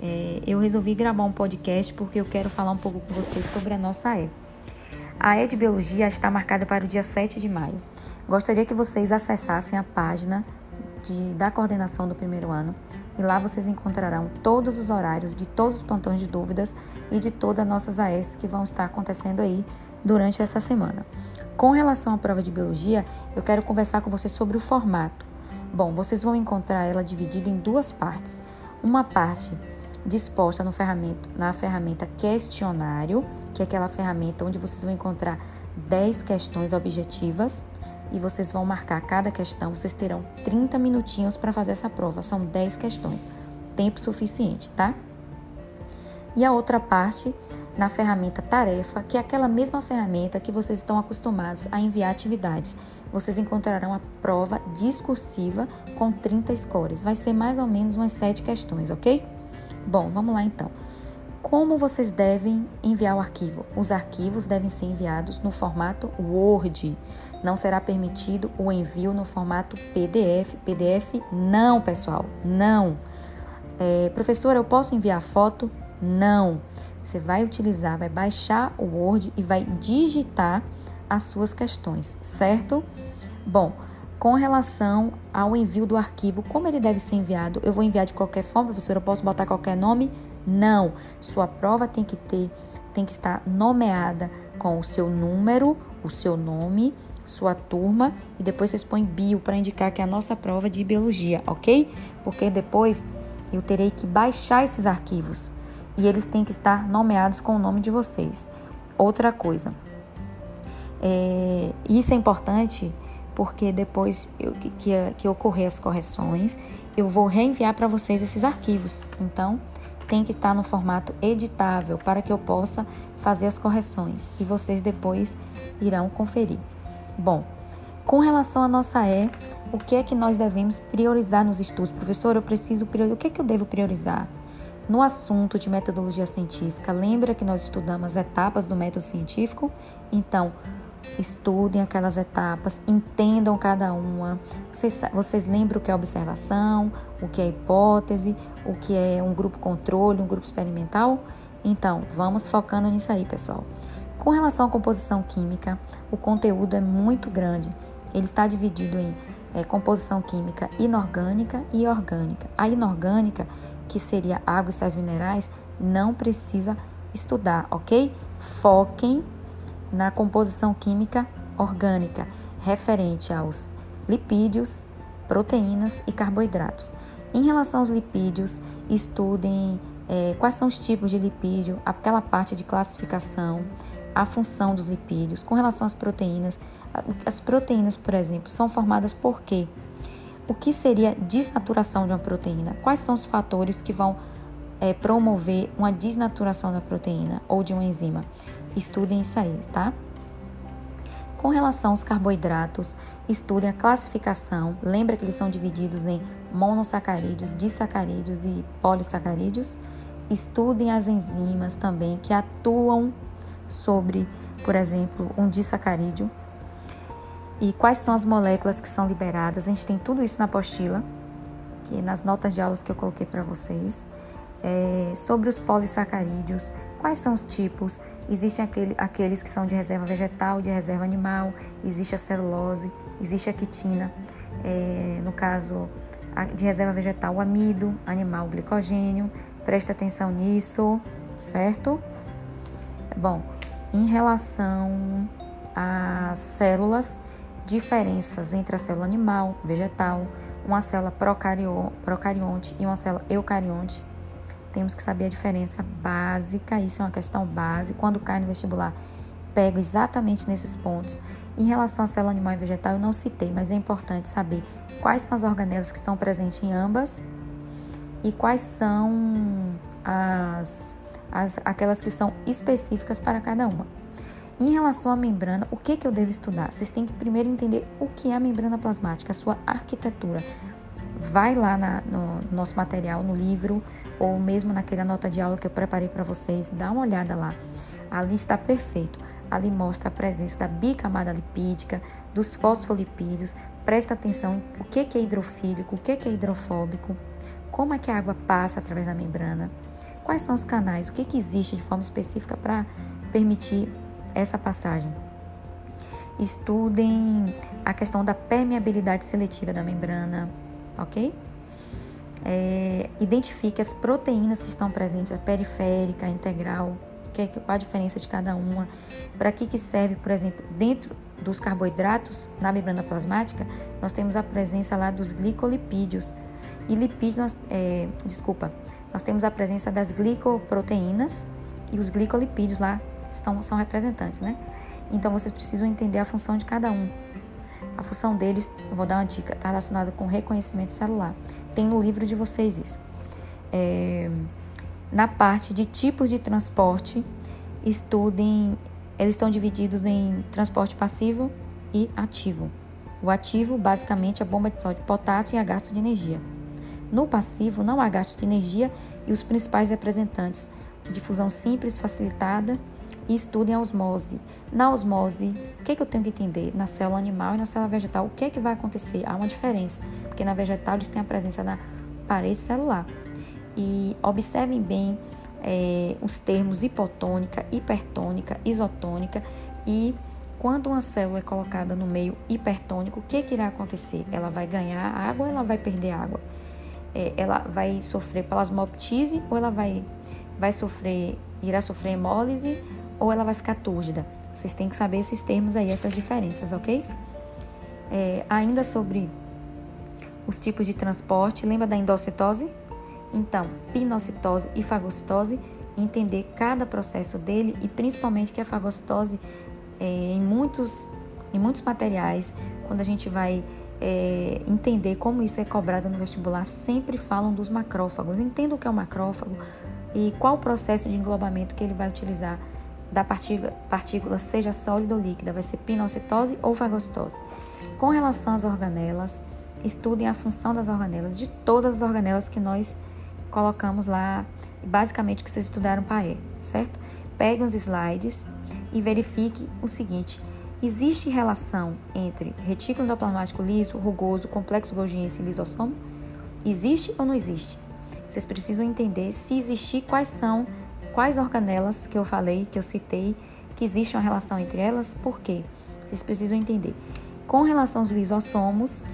eu resolvi gravar um podcast porque eu quero falar um pouco com vocês sobre a nossa E. A E de Biologia está marcada para o dia 7 de maio. Gostaria que vocês acessassem a página da coordenação do primeiro ano e lá vocês encontrarão todos os horários de todos os plantões de dúvidas e de todas as nossas AES que vão estar acontecendo aí durante essa semana. Com relação à prova de Biologia, eu quero conversar com vocês sobre o formato. Bom, vocês vão encontrar ela dividida em duas partes. Uma parte disposta na ferramenta questionário, que é aquela ferramenta onde vocês vão encontrar 10 questões objetivas e vocês vão marcar cada questão. Vocês terão 30 minutinhos para fazer essa prova. São 10 questões. Tempo suficiente, tá? E a outra parte na ferramenta tarefa, que é aquela mesma ferramenta que vocês estão acostumados a enviar atividades. Vocês encontrarão a prova discursiva com 30 scores. Vai ser mais ou menos umas 7 questões, ok? Bom, vamos lá então. Como vocês devem enviar o arquivo? Os arquivos devem ser enviados no formato Word. Não será permitido o envio no formato PDF. PDF não, pessoal, não. Professora, eu posso enviar foto? Não. Você vai baixar o Word e vai digitar as suas questões, certo? Bom, com relação ao envio do arquivo, como ele deve ser enviado? Eu vou enviar de qualquer forma, professora, eu posso botar qualquer nome? Não. Sua prova tem que estar nomeada com o seu número, o seu nome, sua turma e depois vocês põem bio para indicar que é a nossa prova de biologia, ok? Porque depois eu terei que baixar esses arquivos e eles têm que estar nomeados com o nome de vocês. Outra coisa, isso é importante porque depois que ocorrer as correções, eu vou reenviar para vocês esses arquivos. Então, tem que estar no formato editável para que eu possa fazer as correções e vocês depois irão conferir. Bom, com relação à nossa E, o que é que nós devemos priorizar nos estudos? Professor, eu preciso priorizar. O que é que eu devo priorizar? No assunto de metodologia científica, lembra que nós estudamos as etapas do método científico? Então, estudem aquelas etapas, entendam cada uma. Vocês lembram o que é observação, o que é hipótese, o que é um grupo controle, um grupo experimental? Então, vamos focando nisso aí, pessoal. Com relação à composição química, o conteúdo é muito grande. Ele está dividido em composição química inorgânica e orgânica. A inorgânica, que seria água e sais minerais, não precisa estudar, ok? Foquem na composição química orgânica, referente aos lipídios, proteínas e carboidratos. Em relação aos lipídios, estudem quais são os tipos de lipídio, aquela parte de classificação, a função dos lipídios. Com relação às proteínas, por exemplo, são formadas por quê? O que seria desnaturação de uma proteína? Quais são os fatores que vão promover uma desnaturação da proteína ou de uma enzima? Estudem isso aí, tá? Com relação aos carboidratos, estudem a classificação. Lembra que eles são divididos em monossacarídeos, disacarídeos e polissacarídeos? Estudem as enzimas também que atuam sobre, por exemplo, um disacarídeo. E quais são as moléculas que são liberadas? A gente tem tudo isso na apostila, que nas notas de aulas que eu coloquei para vocês. Sobre os polissacarídeos, quais são os tipos? Existem aqueles que são de reserva vegetal, de reserva animal, existe a celulose, existe a quitina, no caso de reserva vegetal, o amido, animal, o glicogênio. Presta atenção nisso, certo? Bom, em relação às células, diferenças entre a célula animal, vegetal, uma célula procarionte e uma célula eucarionte. Temos que saber a diferença básica, isso é uma questão básica. Quando cai no vestibular, pego exatamente nesses pontos. Em relação à célula animal e vegetal, eu não citei, mas é importante saber quais são as organelas que estão presentes em ambas e quais são aquelas que são específicas para cada uma. Em relação à membrana, o que eu devo estudar? Vocês têm que primeiro entender o que é a membrana plasmática, a sua arquitetura. Vai lá no nosso material, no livro, ou mesmo naquela nota de aula que eu preparei para vocês, dá uma olhada lá. Ali está perfeito. Ali mostra a presença da bicamada lipídica, dos fosfolipídios. Presta atenção em o que é hidrofílico, o que é hidrofóbico. como é que a água passa através da membrana, quais são os canais, o que existe de forma específica para permitir essa passagem. Estudem a questão da permeabilidade seletiva da membrana, ok? Identifique as proteínas que estão presentes, a periférica, a integral, qual a diferença de cada uma, para que serve, por exemplo, dentro dos carboidratos, na membrana plasmática, nós temos a presença lá dos glicolipídios. E lipídios, nós temos a presença das glicoproteínas e os glicolipídios lá são representantes, né? Então, vocês precisam entender a função de cada um. A função deles, eu vou dar uma dica, está relacionada com reconhecimento celular. Tem no livro de vocês isso. Na parte de tipos de transporte, estudem, eles estão divididos em transporte passivo e ativo. O ativo, basicamente, é a bomba de sódio e potássio e a gasto de energia. No passivo, não há gasto de energia e os principais representantes de fusão simples, facilitada, e estudem a osmose. Na osmose, o que eu tenho que entender? Na célula animal e na célula vegetal, o que vai acontecer? Há uma diferença, porque na vegetal eles têm a presença da parede celular. E observem bem os termos hipotônica, hipertônica, isotônica, e quando uma célula é colocada no meio hipertônico, o que irá acontecer? Ela vai ganhar água ou ela vai perder água? Ela vai sofrer plasmoptise ou ela irá sofrer hemólise ou ela vai ficar túrgida? Vocês têm que saber esses termos aí, essas diferenças, ok? Ainda sobre os tipos de transporte, lembra da endocitose? Então, pinocitose e fagocitose, entender cada processo dele e principalmente que a fagocitose, em muitos materiais, quando a gente vai entender como isso é cobrado no vestibular, sempre falam dos macrófagos. Entenda o que é o macrófago e qual o processo de englobamento que ele vai utilizar da partícula, seja sólida ou líquida, vai ser pinocitose ou fagocitose. Com relação às organelas, estudem a função das organelas, de todas as organelas que nós colocamos lá, basicamente o que vocês estudaram para certo? Peguem os slides e verifique o seguinte: existe relação entre retículo endoplasmático liso, rugoso, complexo golgiense e lisossomo? Existe ou não existe? Vocês precisam entender, se existir, quais organelas que eu falei, que eu citei, que existe uma relação entre elas, por quê? Vocês precisam entender. Com relação aos lisossomos,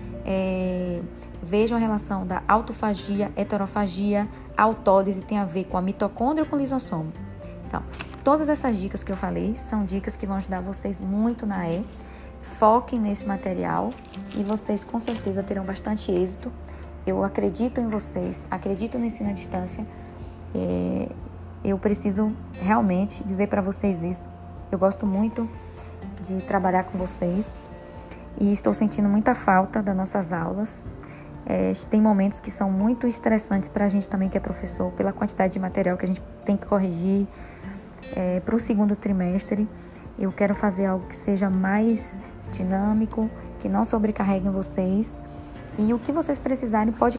vejam a relação da autofagia, heterofagia, autólise tem a ver com a mitocôndria ou com o lisossomo. Então, todas essas dicas que eu falei são dicas que vão ajudar vocês muito na Foquem nesse material e vocês com certeza terão bastante êxito. Eu acredito em vocês, acredito no ensino à distância. Eu preciso realmente dizer para vocês isso. Eu gosto muito de trabalhar com vocês e estou sentindo muita falta das nossas aulas. Tem momentos que são muito estressantes para a gente também que é professor, pela quantidade de material que a gente tem que corrigir. Para o segundo trimestre, eu quero fazer algo que seja mais dinâmico, que não sobrecarregue vocês. E o que vocês precisarem pode